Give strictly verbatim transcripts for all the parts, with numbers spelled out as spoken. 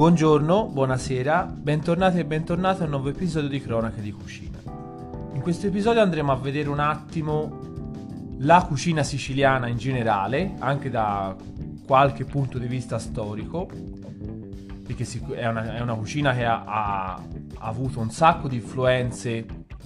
Buongiorno, buonasera, bentornati e bentornati a un nuovo episodio di Cronache di Cucina. In questo episodio andremo a vedere un attimo la cucina siciliana in generale, anche da qualche punto di vista storico, perché è una, è una cucina che ha, ha, ha avuto un sacco di influenze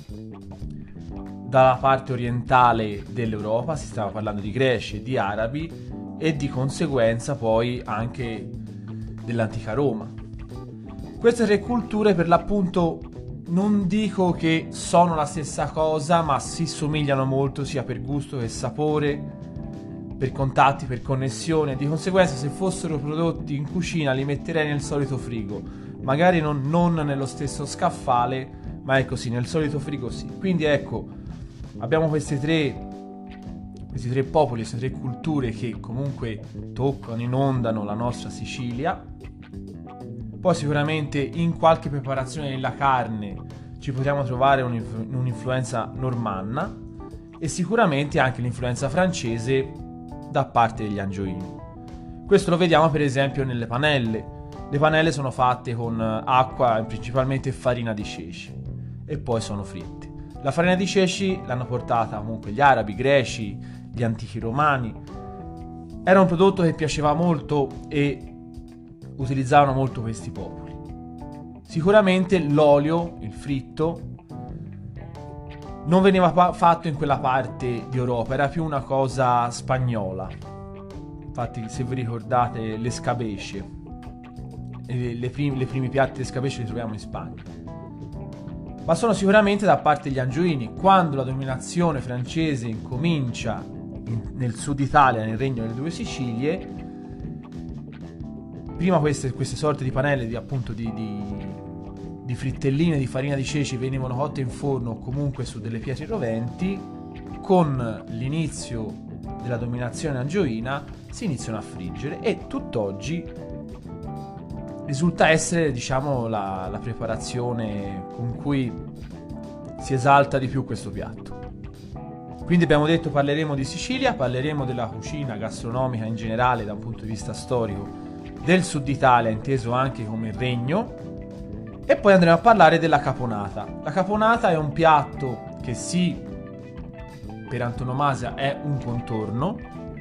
dalla parte orientale dell'Europa, si stava parlando di greci e di arabi, e di conseguenza poi anche dell'antica Roma. Queste tre culture per l'appunto non dico che sono la stessa cosa, ma si somigliano molto sia per gusto che sapore, per contatti, per connessione. Di conseguenza, se fossero prodotti in cucina li metterei nel solito frigo, magari non, non nello stesso scaffale, ma ecco sì, nel solito frigo sì. Quindi ecco, abbiamo queste tre questi tre popoli, queste tre culture che comunque toccano, inondano la nostra Sicilia. Poi sicuramente in qualche preparazione della carne ci potremo trovare un'influ- un'influenza normanna e sicuramente anche l'influenza francese da parte degli angioini. Questo lo vediamo per esempio nelle panelle. Le panelle sono fatte con acqua e principalmente farina di ceci e poi sono fritte. La farina di ceci l'hanno portata comunque gli arabi, i greci, gli antichi romani. Era un prodotto che piaceva molto e utilizzavano molto questi popoli. Sicuramente l'olio, il fritto, non veniva pa- fatto in quella parte di Europa, era più una cosa spagnola. Infatti, se vi ricordate, le scabesce, le, le, prim- le primi piatti di scabesce li troviamo in Spagna. Ma sono sicuramente da parte degli angioini. Quando la dominazione francese incomincia in, nel sud Italia, nel regno delle due Sicilie, prima queste, queste sorte di panelle di, appunto di, di, di frittelline di farina di ceci venivano cotte in forno o comunque su delle pietre roventi. Con l'inizio della dominazione angioina si iniziano a friggere e tutt'oggi risulta essere, diciamo, la, la preparazione con cui si esalta di più questo piatto. Quindi abbiamo detto parleremo di Sicilia, parleremo della cucina gastronomica in generale da un punto di vista storico del sud Italia, inteso anche come regno, e poi andremo a parlare della caponata. La caponata è un piatto che sì, per antonomasia è un contorno,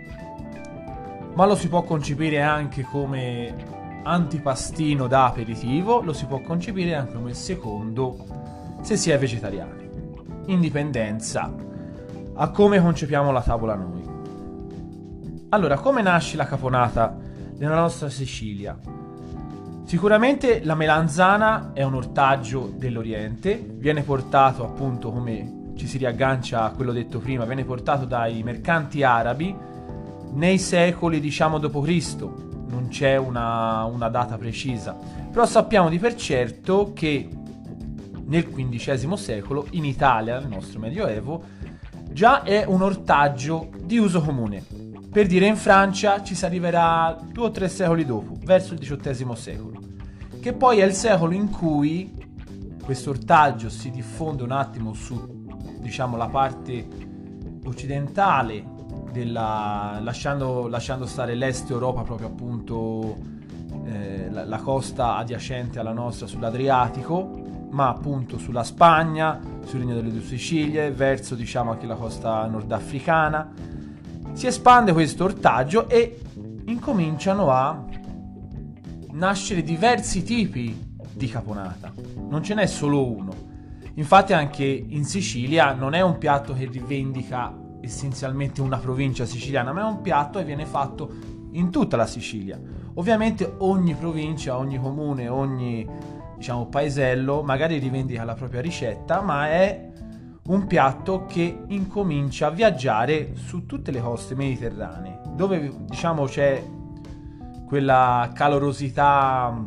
ma lo si può concepire anche come antipastino da aperitivo, lo si può concepire anche come secondo se si è vegetariani, in dipendenza a come concepiamo la tavola noi. Allora, come nasce la caponata nella nostra Sicilia? Sicuramente la melanzana è un ortaggio dell'Oriente, viene portato appunto, come ci si riaggancia a quello detto prima, viene portato dai mercanti arabi nei secoli, diciamo, dopo Cristo. Non c'è una, una data precisa, però sappiamo di per certo che nel quindicesimo secolo in Italia, nel nostro Medioevo, già è un ortaggio di uso comune. Per dire, in Francia ci si arriverà due o tre secoli dopo, verso il diciottesimo secolo, che poi è il secolo in cui questo ortaggio si diffonde un attimo su, diciamo, la parte occidentale della, lasciando, lasciando stare l'est Europa, proprio appunto eh, la, la costa adiacente alla nostra sull'Adriatico, ma appunto sulla Spagna, sul Regno delle Due Sicilie, verso, diciamo, anche la costa nordafricana. Si espande questo ortaggio e incominciano a nascere diversi tipi di caponata. Non ce n'è solo uno. Infatti anche in Sicilia non è un piatto che rivendica essenzialmente una provincia siciliana, ma è un piatto che viene fatto in tutta la Sicilia. Ovviamente ogni provincia, ogni comune, ogni, diciamo, paesello magari rivendica la propria ricetta, ma è un piatto che incomincia a viaggiare su tutte le coste mediterranee, dove, diciamo, c'è quella calorosità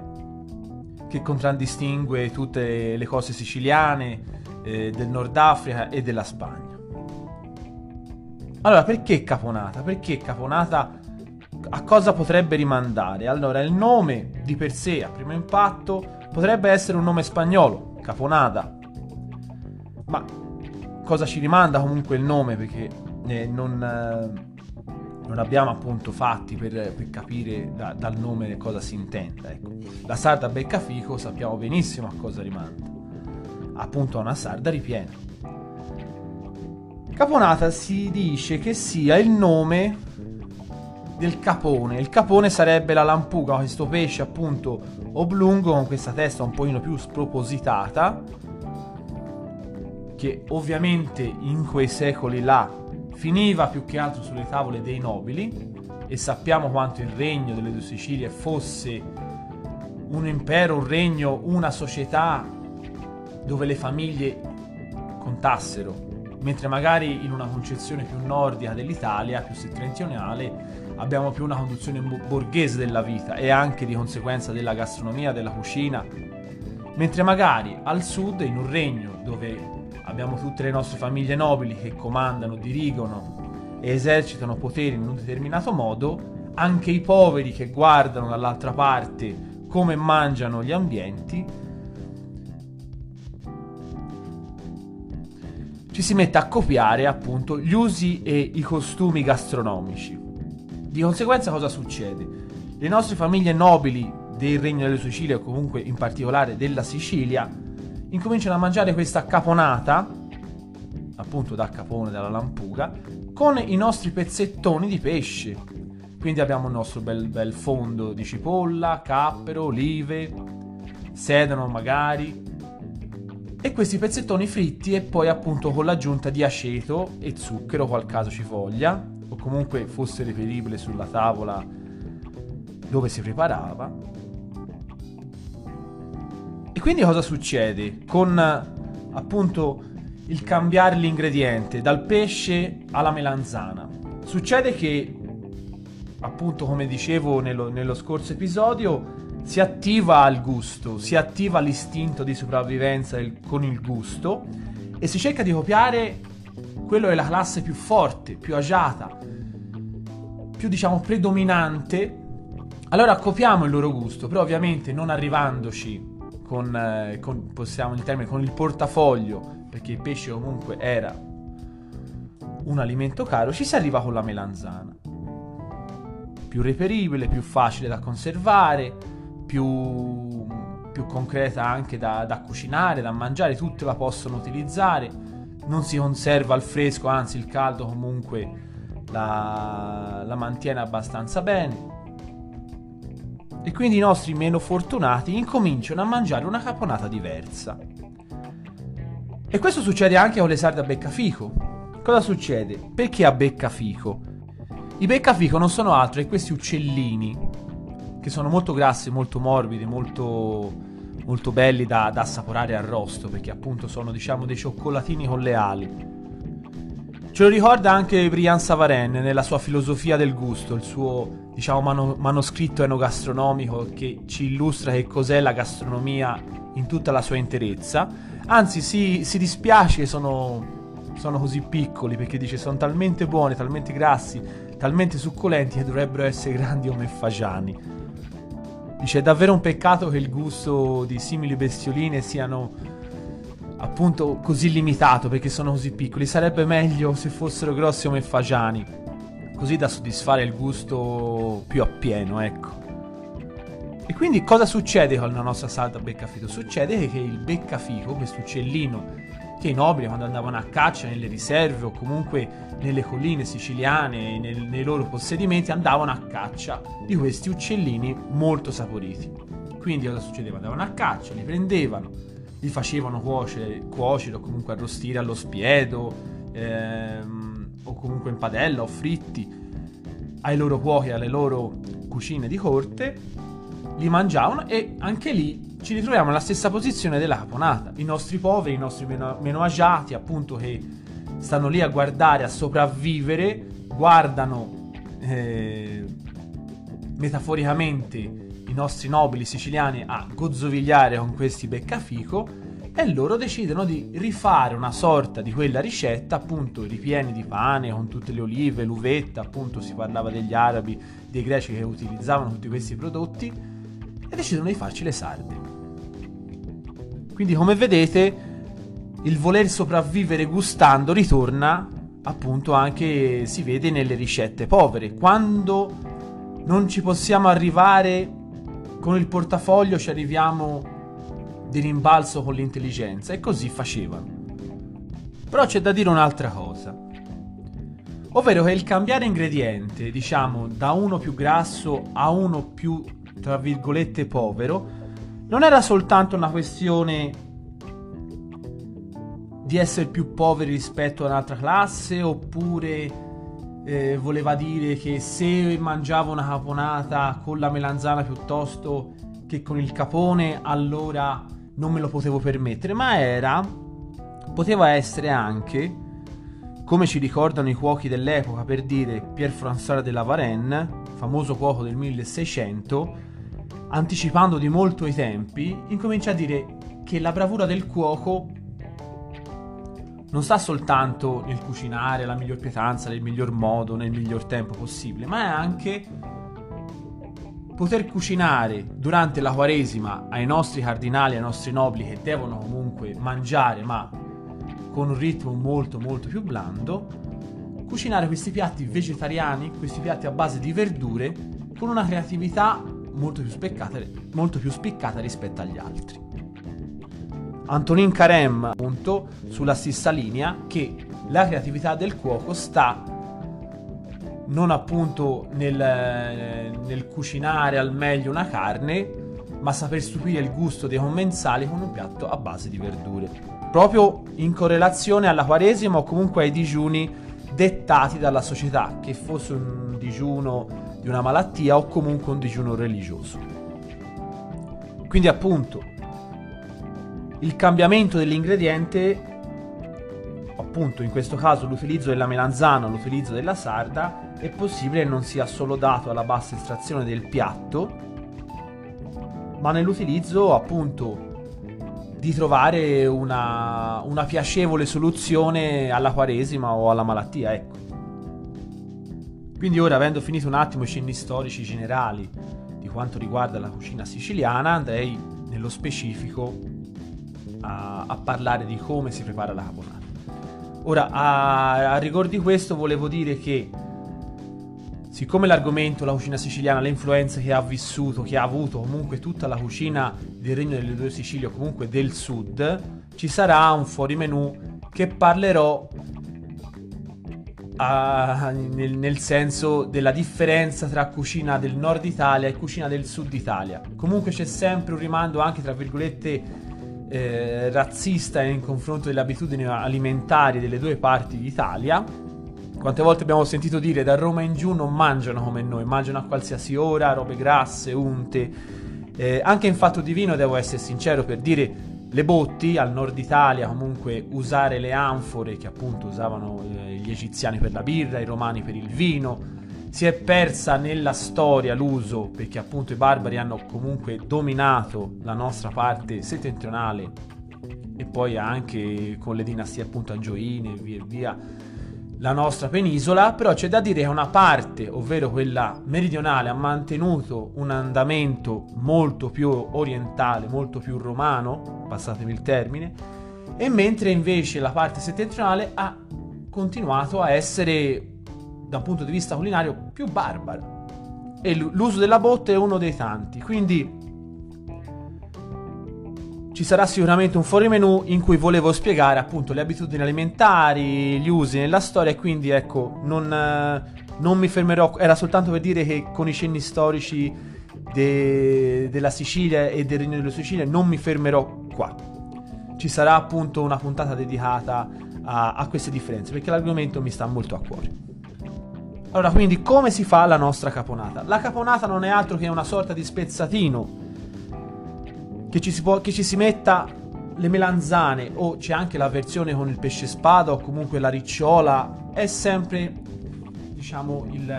che contraddistingue tutte le coste siciliane, eh, del Nord Africa e della Spagna. Allora, perché caponata? Perché caponata a cosa potrebbe rimandare? Allora, il nome di per sé, a primo impatto, potrebbe essere un nome spagnolo, caponata. Ma cosa ci rimanda comunque il nome? Perché eh, non, eh, non abbiamo appunto fatti per, per capire da, dal nome cosa si intenda, ecco. La sarda beccafico sappiamo benissimo a cosa rimanda, appunto a una sarda ripiena. Caponata si dice che sia il nome del capone. Il capone sarebbe la lampuga, questo pesce appunto oblungo con questa testa un pochino più spropositata, che ovviamente in quei secoli là finiva più che altro sulle tavole dei nobili, e sappiamo quanto il regno delle due Sicilie fosse un impero, un regno, una società dove le famiglie contassero, mentre magari in una concezione più nordica dell'Italia, più settentrionale, abbiamo più una conduzione borghese della vita e anche di conseguenza della gastronomia, della cucina, mentre magari al sud, in un regno dove abbiamo tutte le nostre famiglie nobili che comandano, dirigono e esercitano poteri in un determinato modo, anche i poveri che guardano dall'altra parte come mangiano gli ambienti, ci si mette a copiare appunto gli usi e i costumi gastronomici. Di conseguenza cosa succede? Le nostre famiglie nobili del Regno delle Sicilie, o comunque in particolare della Sicilia, incominciano a mangiare questa caponata, appunto da capone, dalla lampuga, con i nostri pezzettoni di pesce. Quindi abbiamo il nostro bel, bel fondo di cipolla, cappero, olive, sedano magari, e questi pezzettoni fritti e poi appunto con l'aggiunta di aceto e zucchero, qual caso ci voglia, o comunque fosse reperibile sulla tavola dove si preparava. E quindi cosa succede con appunto il cambiare l'ingrediente dal pesce alla melanzana? Succede che appunto, come dicevo nello, nello scorso episodio, si attiva il gusto, si attiva l'istinto di sopravvivenza il, con il gusto, e si cerca di copiare quello che è la classe più forte, più agiata, più diciamo predominante. Allora copiamo il loro gusto, però ovviamente non arrivandoci con, eh, con possiamo il termine, con il portafoglio, perché il pesce comunque era un alimento caro, ci si arriva con la melanzana, più reperibile, più facile da conservare, più, più concreta anche da, da cucinare, da mangiare, tutte la possono utilizzare, non si conserva al fresco, anzi il caldo comunque la, la mantiene abbastanza bene. E quindi i nostri meno fortunati incominciano a mangiare una caponata diversa. E questo succede anche con le sarde a beccafico. Cosa succede? Perché a beccafico? I beccafico non sono altro che questi uccellini che sono molto grassi, molto morbidi, molto, molto belli da, da assaporare arrosto, perché appunto sono diciamo dei cioccolatini con le ali. Ce lo ricorda anche Brian Savarin nella sua filosofia del gusto, il suo diciamo mano, manoscritto enogastronomico che ci illustra che cos'è la gastronomia in tutta la sua interezza. Anzi si, si dispiace che sono, sono così piccoli, perché dice sono talmente buoni, talmente grassi, talmente succolenti che dovrebbero essere grandi come fagiani. Dice è davvero un peccato che il gusto di simili bestioline siano appunto così limitato, perché sono così piccoli. Sarebbe meglio se fossero grossi come fagiani, così da soddisfare il gusto più appieno, ecco. E quindi cosa succede con la nostra sarda beccafico? Succede che il beccafico, questo uccellino che i nobili quando andavano a caccia nelle riserve o comunque nelle colline siciliane, nel, nei loro possedimenti, andavano a caccia di questi uccellini molto saporiti. Quindi cosa succedeva? Andavano a caccia, li prendevano, li facevano cuocere, cuocere o comunque arrostire allo spiedo, ehm, o comunque in padella o fritti ai loro cuochi, alle loro cucine di corte, li mangiavano, e anche lì ci ritroviamo nella stessa posizione della caponata. I nostri poveri, i nostri meno, meno agiati, appunto, che stanno lì a guardare, a sopravvivere, guardano eh, metaforicamente i nostri nobili siciliani a gozzovigliare con questi beccafico, e loro decidono di rifare una sorta di quella ricetta, appunto ripieni di pane con tutte le olive, l'uvetta, appunto si parlava degli arabi, dei greci che utilizzavano tutti questi prodotti, e decidono di farci le sarde. Quindi come vedete il voler sopravvivere gustando ritorna appunto anche si vede nelle ricette povere. Quando non ci possiamo arrivare con il portafoglio, ci arriviamo di rimbalzo con l'intelligenza, e così facevano. Però c'è da dire un'altra cosa, ovvero che il cambiare ingrediente, diciamo, da uno più grasso a uno più, tra virgolette, povero, non era soltanto una questione di essere più poveri rispetto ad un'altra classe, oppure eh, voleva dire che se mangiavo una caponata con la melanzana piuttosto che con il capone, allora non me lo potevo permettere, ma era, poteva essere anche, come ci ricordano i cuochi dell'epoca, per dire Pierre-François de la Varenne, famoso cuoco del milleseicento, anticipando di molto i tempi, incomincia a dire che la bravura del cuoco non sta soltanto nel cucinare alla miglior pietanza, nel miglior modo, nel miglior tempo possibile, ma è anche poter cucinare durante la Quaresima ai nostri cardinali, ai nostri nobili, che devono comunque mangiare, ma con un ritmo molto molto più blando, cucinare questi piatti vegetariani, questi piatti a base di verdure, con una creatività molto più spiccata, molto più spiccata rispetto agli altri. Antonin Carême, appunto, sulla stessa linea, che la creatività del cuoco sta non appunto nel, nel cucinare al meglio una carne, ma saper stupire il gusto dei commensali con un piatto a base di verdure, proprio in correlazione alla Quaresima o comunque ai digiuni dettati dalla società, che fosse un digiuno di una malattia o comunque un digiuno religioso. Quindi appunto il cambiamento dell'ingrediente, appunto in questo caso l'utilizzo della melanzana, l'utilizzo della sarda, è possibile non sia solo dato alla bassa estrazione del piatto, ma nell'utilizzo appunto di trovare una, una piacevole soluzione alla Quaresima o alla malattia, ecco. Quindi ora, avendo finito un attimo i cenni storici generali di quanto riguarda la cucina siciliana, andrei nello specifico A, a parlare di come si prepara la caponata. Ora, a, a rigor di questo volevo dire che, siccome l'argomento, la cucina siciliana, le influenze che ha vissuto, che ha avuto comunque tutta la cucina del Regno delle Due Sicilie o comunque del sud, ci sarà un fuorimenù che parlerò a, nel, nel senso della differenza tra cucina del nord Italia e cucina del sud Italia. Comunque c'è sempre un rimando anche, tra virgolette, Eh, razzista in confronto delle abitudini alimentari delle due parti d'Italia. Quante volte abbiamo sentito dire da Roma in giù non mangiano come noi, mangiano a qualsiasi ora, robe grasse, unte. Eh, anche in fatto di vino, devo essere sincero, per dire le botti al nord Italia, comunque usare le anfore che appunto usavano eh, gli egiziani per la birra, i romani per il vino. Si è persa nella storia l'uso, perché appunto i barbari hanno comunque dominato la nostra parte settentrionale e poi anche con le dinastie appunto angioine e via via la nostra penisola. Però c'è da dire che una parte, ovvero quella meridionale, ha mantenuto un andamento molto più orientale, molto più romano, passatemi il termine, e mentre invece la parte settentrionale ha continuato a essere, da un punto di vista culinario, più barbaro, e l'uso della botte è uno dei tanti. Quindi ci sarà sicuramente un fuorimenù in cui volevo spiegare appunto le abitudini alimentari, gli usi nella storia, e quindi ecco non, non mi fermerò, era soltanto per dire che con i cenni storici de, della Sicilia e del Regno delle Sicilie non mi fermerò qua. Ci sarà appunto una puntata dedicata a, a queste differenze, perché l'argomento mi sta molto a cuore. Allora, quindi come si fa la nostra caponata? La caponata non è altro che una sorta di spezzatino che ci si può, che ci si metta le melanzane, o c'è anche la versione con il pesce spada o comunque la ricciola. È sempre, diciamo, il,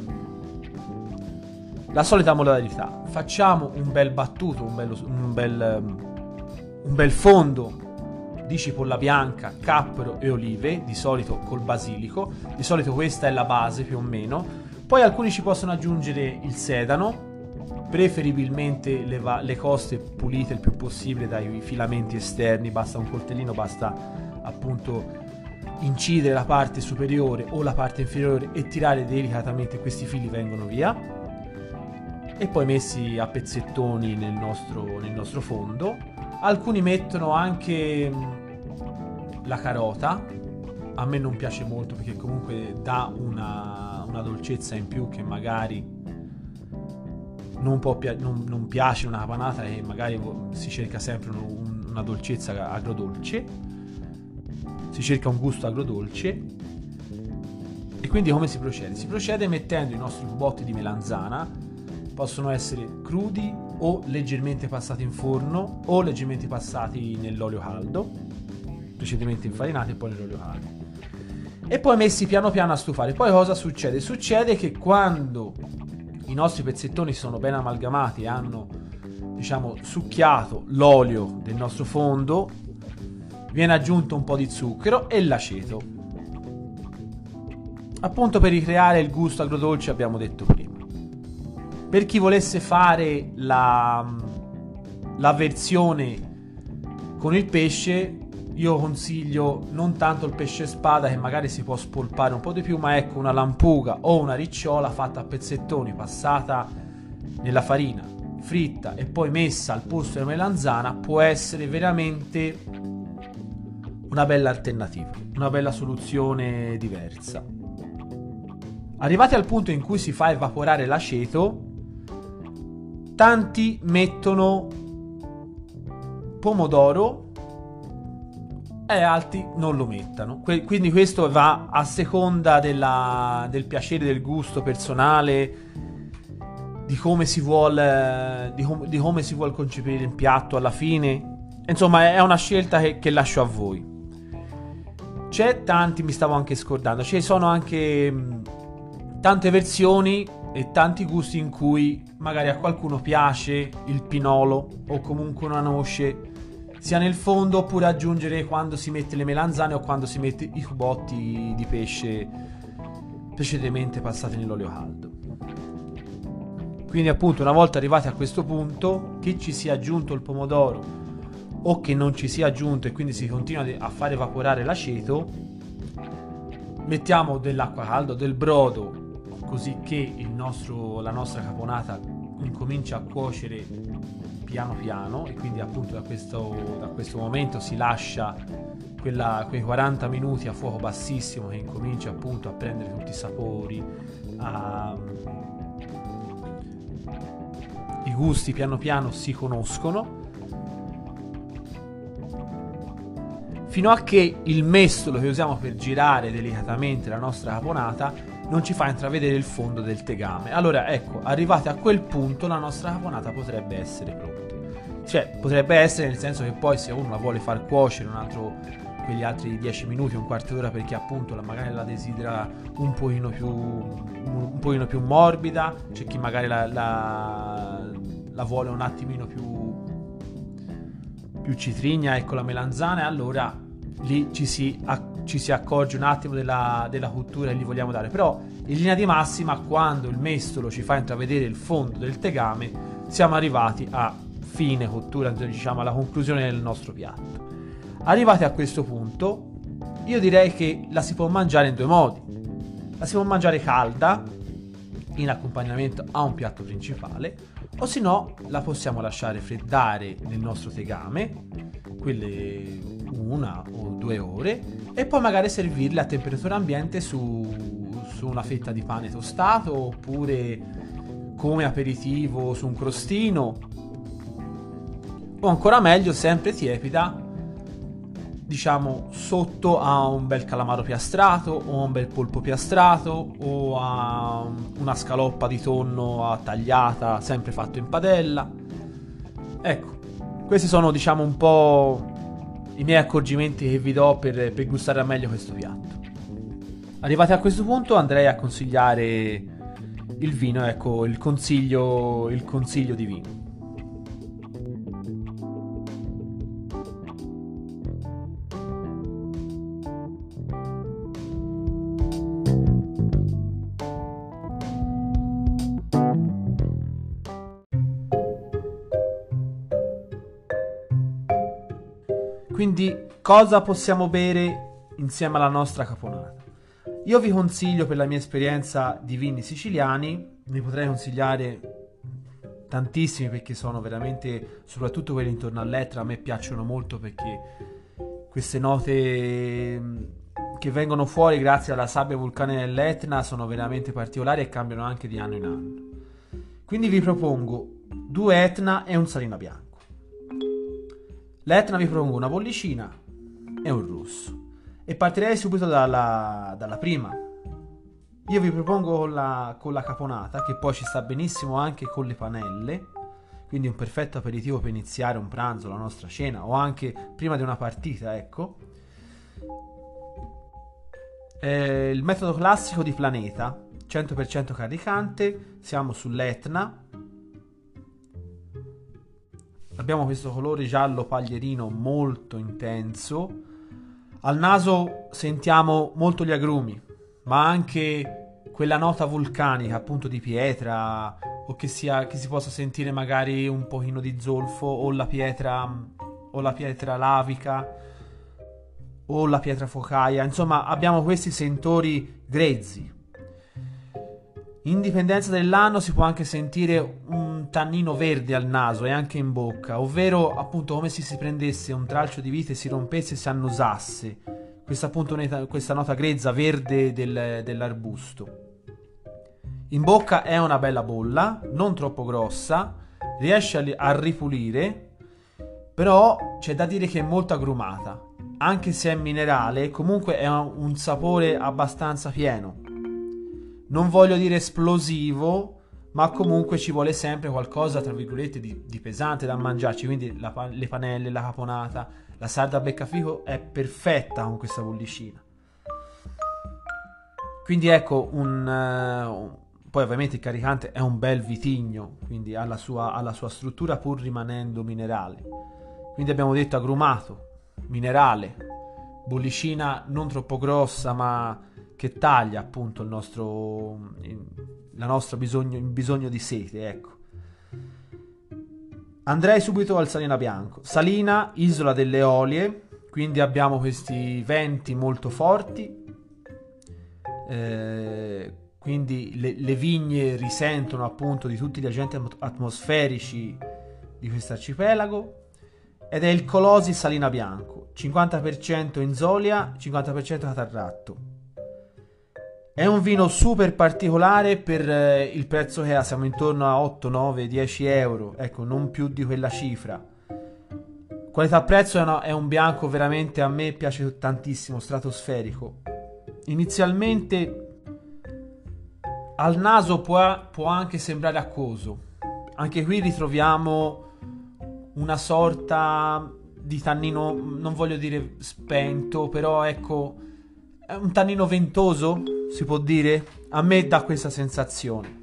la solita modalità. Facciamo un bel battuto, un, bello, un, bel, un bel fondo di cipolla bianca, cappero e olive, di solito col basilico. Di solito questa è la base più o meno. Poi alcuni ci possono aggiungere il sedano, preferibilmente le, va- le coste pulite il più possibile dai filamenti esterni. Basta un coltellino, basta appunto incidere la parte superiore o la parte inferiore e tirare delicatamente, questi fili vengono via, e poi messi a pezzettoni nel nostro, nel nostro fondo. Alcuni mettono anche la carota, a me non piace molto perché comunque dà una, una dolcezza in più che magari non, può pi- non, non piace una caponata, e magari si cerca sempre un, una dolcezza agrodolce, si cerca un gusto agrodolce. E quindi come si procede? Si procede mettendo i nostri cubotti di melanzana, possono essere crudi o leggermente passati in forno o leggermente passati nell'olio caldo, precedentemente infarinati e poi nell'olio caldo, e poi messi piano piano a stufare. Poi cosa succede? Succede che quando i nostri pezzettoni sono ben amalgamati e hanno, diciamo, succhiato l'olio del nostro fondo, viene aggiunto un po' di zucchero e l'aceto, appunto per ricreare il gusto agrodolce abbiamo detto prima. Per chi volesse fare la, la versione con il pesce, io consiglio non tanto il pesce spada, che magari si può spolpare un po' di più, ma ecco, una lampuga o una ricciola fatta a pezzettoni, passata nella farina, fritta e poi messa al posto della melanzana, può essere veramente una bella alternativa, una bella soluzione diversa. Arrivati al punto in cui si fa evaporare l'aceto, tanti mettono pomodoro e altri non lo mettano. Quindi questo va a seconda della, del piacere, del gusto personale, di come si vuole, di, com- di come si vuole concepire il piatto alla fine. Insomma, è una scelta che, che lascio a voi. C'è tanti, mi stavo anche scordando, ci sono anche mh, tante versioni e tanti gusti in cui magari a qualcuno piace il pinolo o comunque una noce sia nel fondo, oppure aggiungere quando si mette le melanzane o quando si mette i cubotti di pesce precedentemente passati nell'olio caldo. Quindi appunto, una volta arrivati a questo punto, che ci sia aggiunto il pomodoro o che non ci sia aggiunto e quindi si continua a far evaporare l'aceto, mettiamo dell'acqua calda, del brodo, così che il nostro, la nostra caponata incomincia a cuocere piano piano, e quindi appunto da questo, da questo momento si lascia quella, quei quaranta minuti a fuoco bassissimo, che incomincia appunto a prendere tutti i sapori, a, i gusti piano piano si conoscono, fino a che il mestolo che usiamo per girare delicatamente la nostra caponata non ci fa intravedere il fondo del tegame. Allora ecco, arrivati a quel punto la nostra caponata potrebbe essere pronta. Cioè, potrebbe essere, nel senso che poi se uno la vuole far cuocere un altro, quegli altri dieci minuti, un quarto d'ora, perché appunto la, magari la desidera un pochino più un pochino più morbida, c'è chi magari la, la, la vuole un attimino più più citrigna, ecco, la melanzana, allora lì ci si, ci si accorge un attimo della, della cottura che gli vogliamo dare. Però in linea di massima, quando il mestolo ci fa intravedere il fondo del tegame, siamo arrivati a fine cottura, diciamo alla conclusione del nostro piatto. Arrivati a questo punto, io direi che la si può mangiare in due modi. La si può mangiare calda, in accompagnamento a un piatto principale, o se no la possiamo lasciare freddare nel nostro tegame, quelle una o due ore, e poi magari servirle a temperatura ambiente su, su una fetta di pane tostato, oppure come aperitivo su un crostino, o ancora meglio sempre tiepida, diciamo sotto a un bel calamaro piastrato o a un bel polpo piastrato o a una scaloppa di tonno tagliata, sempre fatto in padella. Ecco, questi sono, diciamo, un po' i miei accorgimenti che vi do per, per gustare al meglio questo piatto. Arrivati a questo punto andrei a consigliare il vino, ecco il consiglio, il consiglio di vino. Quindi cosa possiamo bere insieme alla nostra caponata. Io vi consiglio, per la mia esperienza di vini siciliani, ne potrei consigliare tantissimi, perché sono veramente, soprattutto quelli intorno all'Etna, a me piacciono molto, perché queste note che vengono fuori grazie alla sabbia vulcanica dell'Etna sono veramente particolari e cambiano anche di anno in anno. Quindi vi propongo due Etna e un Salina bianco. L'Etna vi propongo una bollicina e un rosso, e partirei subito dalla, dalla prima. Io vi propongo con la, con la caponata, che poi ci sta benissimo anche con le panelle, quindi un perfetto aperitivo per iniziare un pranzo, la nostra cena, o anche prima di una partita, ecco. Eh, il metodo classico di Planeta, cento per cento caricante, siamo sull'Etna. Abbiamo questo colore giallo paglierino molto intenso. Al naso sentiamo molto gli agrumi, ma anche quella nota vulcanica, appunto di pietra, o che, sia, che si possa sentire magari un pochino di zolfo, o la pietra, o la pietra lavica, o la pietra focaia. Insomma, abbiamo questi sentori grezzi. In dipendenza dell'anno si può anche sentire un tannino verde al naso e anche in bocca, ovvero appunto come se si prendesse un tralcio di vite, si rompesse e si annusasse questa, appunto, questa nota grezza verde del, dell'arbusto. In bocca è una bella bolla, non troppo grossa, riesce a, a ripulire, però c'è da dire che è molto agrumata. Anche se è minerale, comunque è un sapore abbastanza pieno. Non voglio dire esplosivo, ma comunque ci vuole sempre qualcosa, tra virgolette, di, di pesante da mangiarci. Quindi la, le panelle, la caponata, la sarda a beccafico è perfetta con questa bollicina. Quindi ecco, un, uh, poi ovviamente il caricante è un bel vitigno, quindi ha la sua, ha la sua struttura pur rimanendo minerale. Quindi abbiamo detto agrumato, minerale, bollicina non troppo grossa ma che taglia appunto il nostro, la nostra bisogno, il bisogno di sete, ecco. Andrei subito al Salina bianco. Salina, isola delle Olie, quindi abbiamo questi venti molto forti, eh, quindi le, le vigne risentono appunto di tutti gli agenti atmosferici di questo arcipelago. Ed è il Colosi Salina bianco, cinquanta per cento Inzolia, cinquanta per cento Catarratto. È un vino super particolare per eh, il prezzo che ha, siamo intorno a otto, nove, dieci euro, ecco, non più di quella cifra. Qualità-prezzo è, una, è un bianco veramente, a me piace tantissimo, stratosferico. Inizialmente al naso può, può anche sembrare acquoso. Anche qui ritroviamo una sorta di tannino, non voglio dire spento, però ecco, è un tannino ventoso, si può dire. A me dà questa sensazione.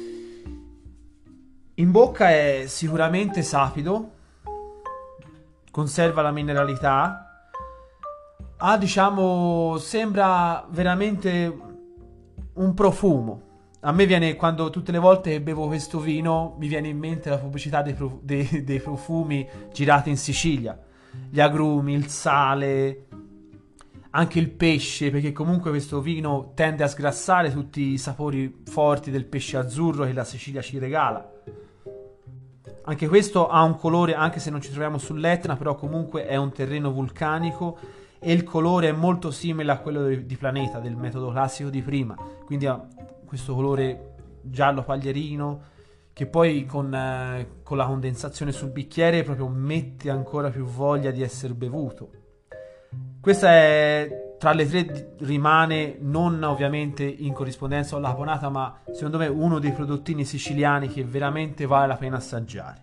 In bocca è sicuramente sapido, conserva la mineralità, ha, diciamo, sembra veramente un profumo. A me viene, quando tutte le volte che bevo questo vino, mi viene in mente la pubblicità dei, prof, dei, dei profumi girati in Sicilia. Gli agrumi, il sale, anche il pesce, perché comunque questo vino tende a sgrassare tutti i sapori forti del pesce azzurro che la Sicilia ci regala. Anche questo ha un colore, anche se non ci troviamo sull'Etna, però comunque è un terreno vulcanico e il colore è molto simile a quello di Planeta, del metodo classico di prima. Quindi ha questo colore giallo paglierino che poi con, eh, con la condensazione sul bicchiere proprio mette ancora più voglia di essere bevuto. Questa è, tra le tre, rimane non ovviamente in corrispondenza alla caponata, ma secondo me uno dei prodottini siciliani che veramente vale la pena assaggiare.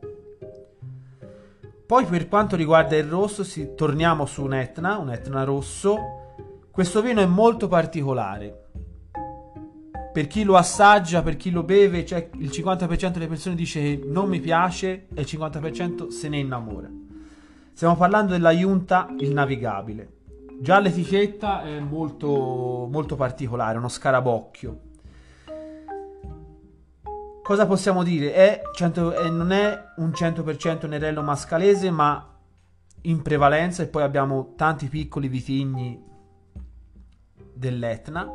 Poi per quanto riguarda il rosso, si, torniamo su un Etna, un Etna rosso. Questo vino è molto particolare. Per chi lo assaggia, per chi lo beve, cioè il cinquanta per cento delle persone dice che non mi piace e il cinquanta per cento se ne innamora. Stiamo parlando della Junta il Navigabile. Già l'etichetta è molto, molto particolare, uno scarabocchio. Cosa possiamo dire? È cento, è, non è un cento per cento Nerello Mascalese, ma in prevalenza, e poi abbiamo tanti piccoli vitigni dell'Etna.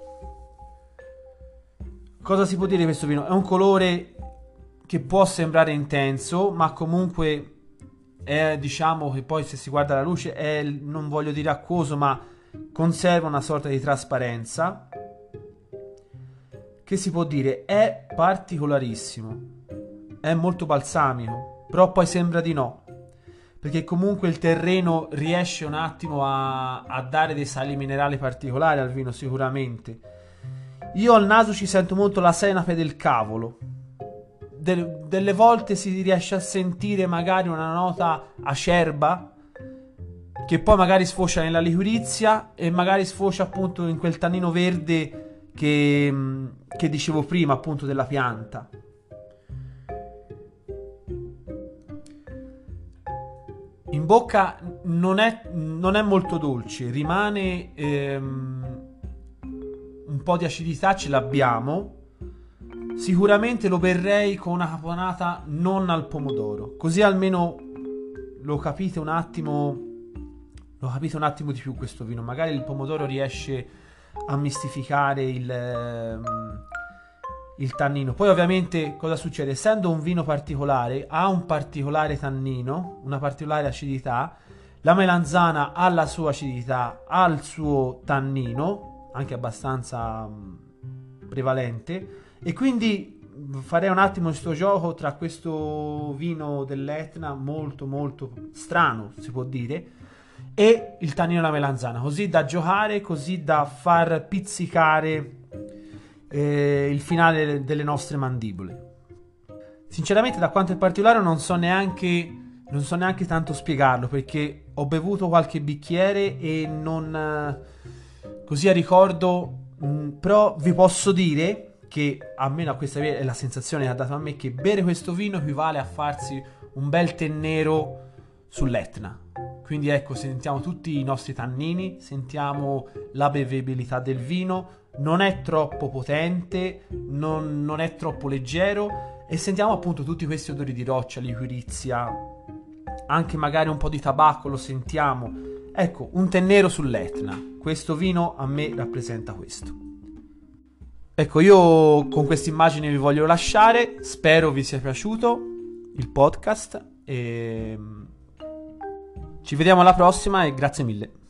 Cosa si può dire di questo vino? È un colore che può sembrare intenso, ma comunque è, diciamo che poi se si guarda la luce è, non voglio dire acquoso, ma conserva una sorta di trasparenza. Che si può dire? È particolarissimo, è molto balsamico, però poi sembra di no, perché comunque il terreno riesce un attimo a, a dare dei sali minerali particolari al vino sicuramente. Io al naso ci sento molto la senape del cavolo. Del, delle volte si riesce a sentire magari una nota acerba che poi magari sfocia nella liquirizia e magari sfocia appunto in quel tannino verde che, che dicevo prima, appunto, della pianta. In bocca non è, non è molto dolce, rimane ehm, un po' di acidità, ce l'abbiamo. Sicuramente lo berrei con una caponata non al pomodoro, così almeno lo capite un attimo, lo capite un attimo di più questo vino. Magari il pomodoro riesce a mistificare il, ehm, il tannino. Poi ovviamente cosa succede? Essendo un vino particolare, ha un particolare tannino, una particolare acidità. La melanzana ha la sua acidità, ha il suo tannino, anche abbastanza mh, prevalente. E quindi farei un attimo questo gioco tra questo vino dell'Etna, molto molto strano si può dire, e il tannino della melanzana, così da giocare, così da far pizzicare eh, il finale delle nostre mandibole. Sinceramente, da quanto è particolare non so neanche non so neanche tanto spiegarlo, perché ho bevuto qualche bicchiere e non così a ricordo, mh, però vi posso dire che almeno questa è la sensazione che ha dato a me, che bere questo vino equivale a farsi un bel tè nero sull'Etna. Quindi ecco, sentiamo tutti i nostri tannini, sentiamo la bevibilità del vino, non è troppo potente, non, non è troppo leggero, e sentiamo appunto tutti questi odori di roccia, liquirizia, anche magari un po' di tabacco lo sentiamo. Ecco, un tè nero sull'Etna. Questo vino a me rappresenta questo. Ecco, io con questa immagine vi voglio lasciare, spero vi sia piaciuto il podcast e ci vediamo alla prossima e grazie mille.